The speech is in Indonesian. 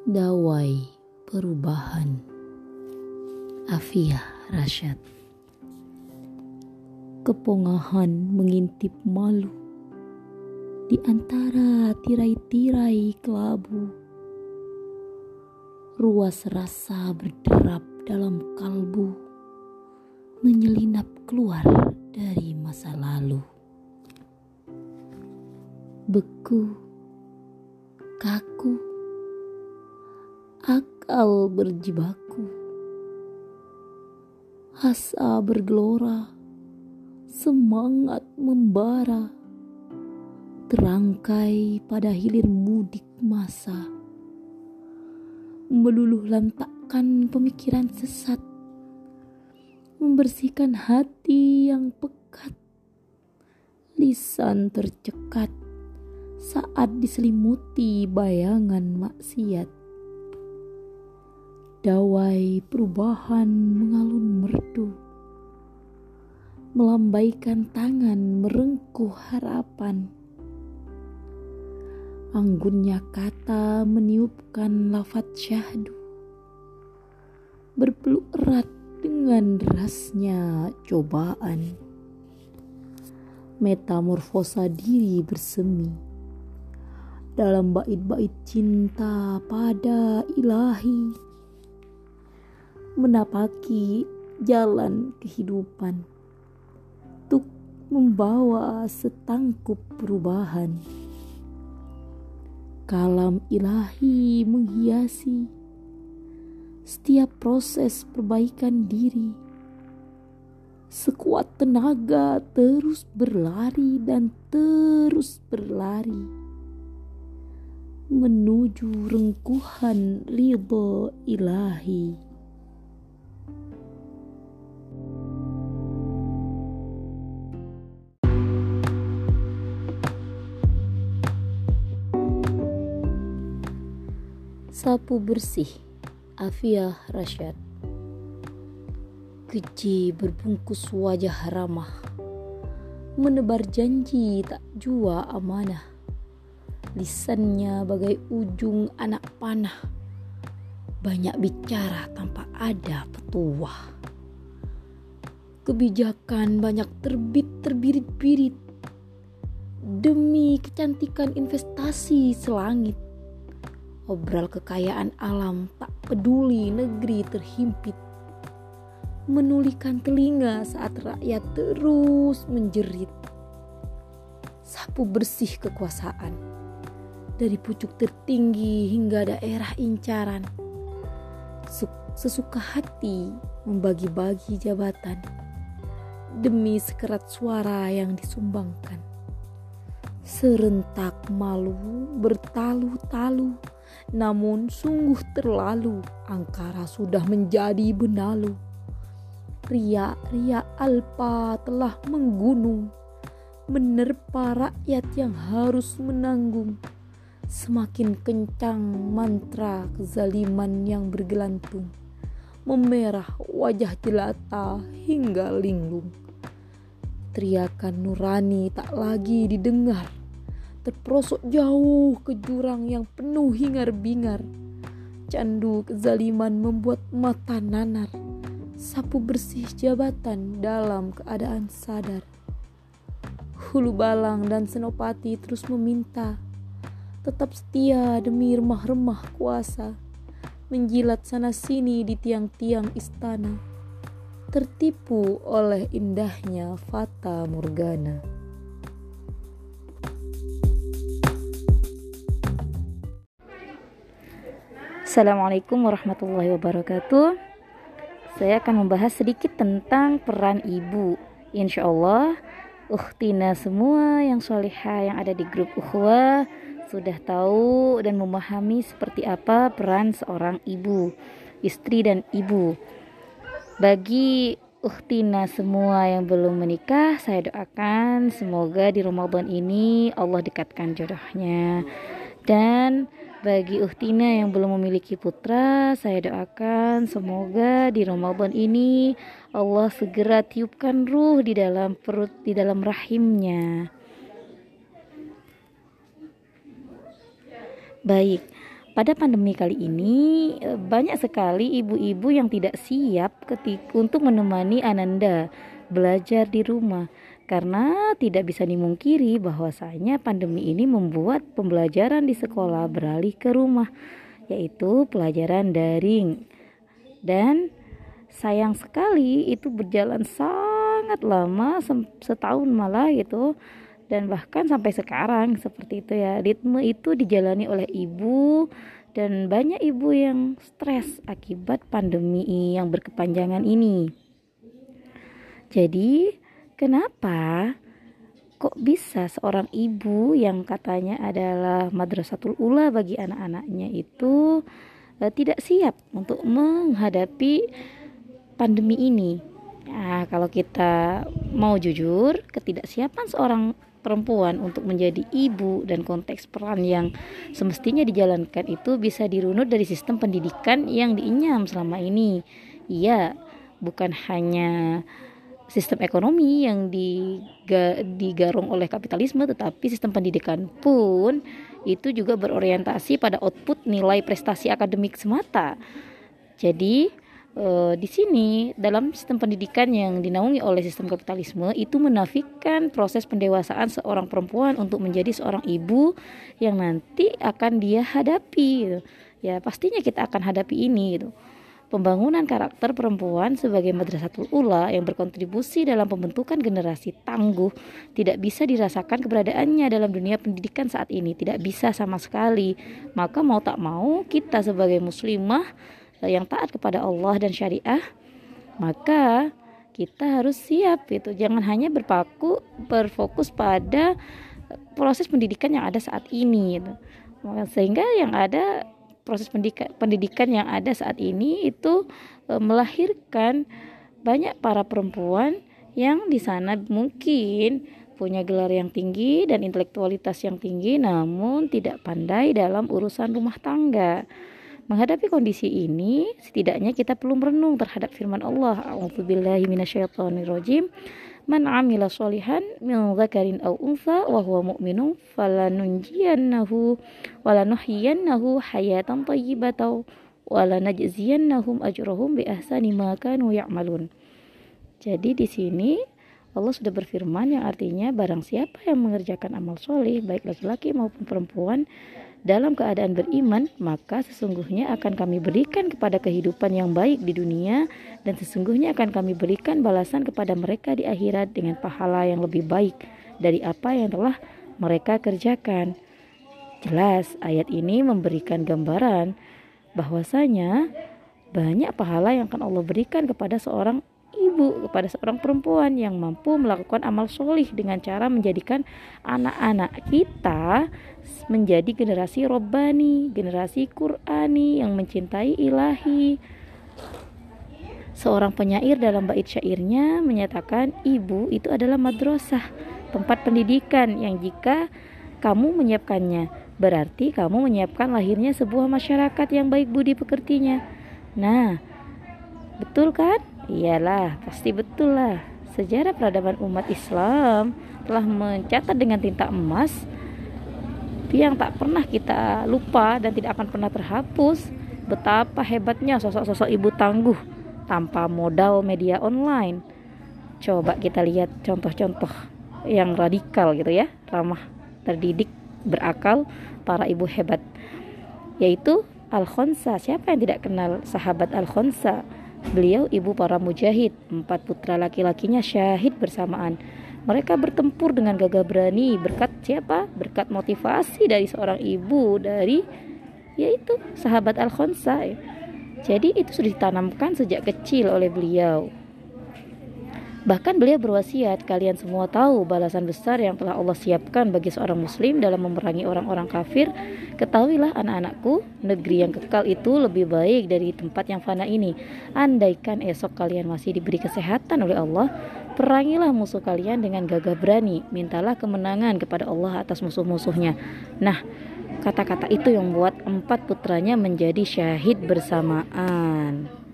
Dawai Perubahan, Afia Rashad. Kepongahan mengintip malu di antara tirai-tirai kelabu. Ruas rasa berderap dalam kalbu, menyelinap keluar dari masa lalu. Beku, kaku, akal berjibaku, asa bergelora, semangat membara, terangkai pada hilir mudik masa, meluluh lantakkan pemikiran sesat, membersihkan hati yang pekat, lisan tercekat saat diselimuti bayangan maksiat. Dawai perubahan mengalun merdu, melambaikan tangan merengkuh harapan. Anggunnya kata meniupkan lafaz syahdu, berpeluk erat dengan derasnya cobaan. Metamorfosa diri bersemi dalam bait-bait cinta pada ilahi, menapaki jalan kehidupan untuk membawa setangkup perubahan. Kalam ilahi menghiasi setiap proses perbaikan diri. Sekuat tenaga terus berlari dan terus berlari menuju rengkuhan ridho ilahi. Sapu bersih, Afia Rashad. Keji berbungkus wajah ramah, menebar janji tak jua amanah. Lisannya bagai ujung anak panah, banyak bicara tanpa ada petuah. Kebijakan banyak terbit terbirit-birit demi kecantikan investasi selangit. Obral kekayaan alam tak peduli negeri terhimpit, menulikan telinga saat rakyat terus menjerit. Sapu bersih kekuasaan dari pucuk tertinggi hingga daerah incaran. Sesuka hati membagi-bagi jabatan demi sekerat suara yang disumbangkan. Serentak malu bertalu-talu, namun sungguh terlalu, angkara sudah menjadi benalu. Riak-riak alpa telah menggunung, menerpa rakyat yang harus menanggung. Semakin kencang mantra kezaliman yang bergelantung, memerah wajah jelata hingga linglung. Teriakan nurani tak lagi didengar, terperosok jauh ke jurang yang penuh hingar-bingar. Candu kezaliman membuat mata nanar. Sapu bersih jabatan dalam keadaan sadar. Hulu balang dan senopati terus meminta tetap setia demi remah-remah kuasa, menjilat sana-sini di tiang-tiang istana, tertipu oleh indahnya fata morgana. Assalamualaikum warahmatullahi wabarakatuh. Saya akan membahas sedikit tentang peran ibu. Insya Allah ukhtina semua yang solihah yang ada di grup Ukhuwah sudah tahu dan memahami seperti apa peran seorang ibu, istri dan ibu. Bagi ukhtina semua yang belum menikah, saya doakan semoga di Ramadan ini Allah dekatkan jodohnya. Dan bagi ukhtina yang belum memiliki putra, saya doakan semoga di Ramadan ini Allah segera tiupkan ruh di dalam perut, di dalam rahimnya. Baik, pada pandemi kali ini banyak sekali ibu-ibu yang tidak siap untuk menemani Ananda belajar di rumah, karena tidak bisa dimungkiri bahwasanya pandemi ini membuat pembelajaran di sekolah beralih ke rumah, yaitu pelajaran daring. Dan sayang sekali itu berjalan sangat lama, setahun malah gitu, dan bahkan sampai sekarang seperti itu ya. Ritme itu dijalani oleh ibu, dan banyak ibu yang stres akibat pandemi yang berkepanjangan ini. Jadi kenapa kok bisa seorang ibu yang katanya adalah madrasatul ula bagi anak-anaknya itu tidak siap untuk menghadapi pandemi ini? Nah, kalau kita mau jujur, ketidaksiapan seorang perempuan untuk menjadi ibu dan konteks peran yang semestinya dijalankan itu bisa dirunut dari sistem pendidikan yang diinyam selama ini. Iya, bukan hanya sistem ekonomi yang digarung oleh kapitalisme, tetapi sistem pendidikan pun itu juga berorientasi pada output nilai prestasi akademik semata. Jadi di sini dalam sistem pendidikan yang dinaungi oleh sistem kapitalisme itu menafikan proses pendewasaan seorang perempuan untuk menjadi seorang ibu yang nanti akan dia hadapi gitu. Ya pastinya kita akan hadapi ini gitu. Pembangunan karakter perempuan sebagai madrasatul ula yang berkontribusi dalam pembentukan generasi tangguh tidak bisa dirasakan keberadaannya dalam dunia pendidikan saat ini, tidak bisa sama sekali. Maka mau tak mau kita sebagai muslimah yang taat kepada Allah dan syariah, maka kita harus siap itu. Jangan hanya berfokus pada proses pendidikan yang ada saat ini gitu. Sehingga yang ada proses pendidikan yang ada saat ini itu melahirkan banyak para perempuan yang di sana mungkin punya gelar yang tinggi dan intelektualitas yang tinggi, namun tidak pandai dalam urusan rumah tangga. Menghadapi kondisi ini, setidaknya kita perlu merenung terhadap firman Allah, A'udzubillahi minasyaitonirrajim, man 'amila sholihan min dzakarin aw untha wa huwa mu'minun falanunjiyannahu walanuhyiyannahu hayatan thayyibatan walanajziyannahum ajrahum bi ahsani ma kanu ya'malun. Jadi di sini Allah sudah berfirman yang artinya barang siapa yang mengerjakan amal soleh baik laki-laki maupun perempuan dalam keadaan beriman, maka sesungguhnya akan kami berikan kepada kehidupan yang baik di dunia, dan sesungguhnya akan kami berikan balasan kepada mereka di akhirat dengan pahala yang lebih baik dari apa yang telah mereka kerjakan. Jelas ayat ini memberikan gambaran bahwasanya banyak pahala yang akan Allah berikan kepada seorang ibu, kepada seorang perempuan yang mampu melakukan amal solih dengan cara menjadikan anak-anak kita menjadi generasi robbani, generasi Qur'ani yang mencintai ilahi. Seorang penyair dalam bait syairnya menyatakan ibu itu adalah madrasah, tempat pendidikan yang jika kamu menyiapkannya, berarti kamu menyiapkan lahirnya sebuah masyarakat yang baik budi pekertinya. Nah, betul kan? Iyalah, pasti betul lah. Sejarah peradaban umat Islam telah mencatat dengan tinta emas yang tak pernah kita lupa dan tidak akan pernah terhapus betapa hebatnya sosok-sosok ibu tangguh tanpa modal media online. Coba kita lihat contoh-contoh yang radikal gitu ya, ramah, terdidik, berakal para ibu hebat, yaitu Al-Khonsa. Siapa yang tidak kenal sahabat Al-Khonsa? Beliau ibu para mujahid, 4 putra laki-lakinya syahid bersamaan. Mereka bertempur dengan gagah berani berkat siapa? Berkat motivasi dari seorang ibu, dari yaitu sahabat Al-Khonsa. Jadi itu sudah ditanamkan sejak kecil oleh beliau. Bahkan beliau berwasiat, kalian semua tahu balasan besar yang telah Allah siapkan bagi seorang muslim dalam memerangi orang-orang kafir. Ketahuilah anak-anakku, negeri yang kekal itu lebih baik dari tempat yang fana ini. Andaikan esok kalian masih diberi kesehatan oleh Allah, perangilah musuh kalian dengan gagah berani. Mintalah kemenangan kepada Allah atas musuh-musuhnya. Nah, kata-kata itu yang membuat 4 putranya menjadi syahid bersamaan.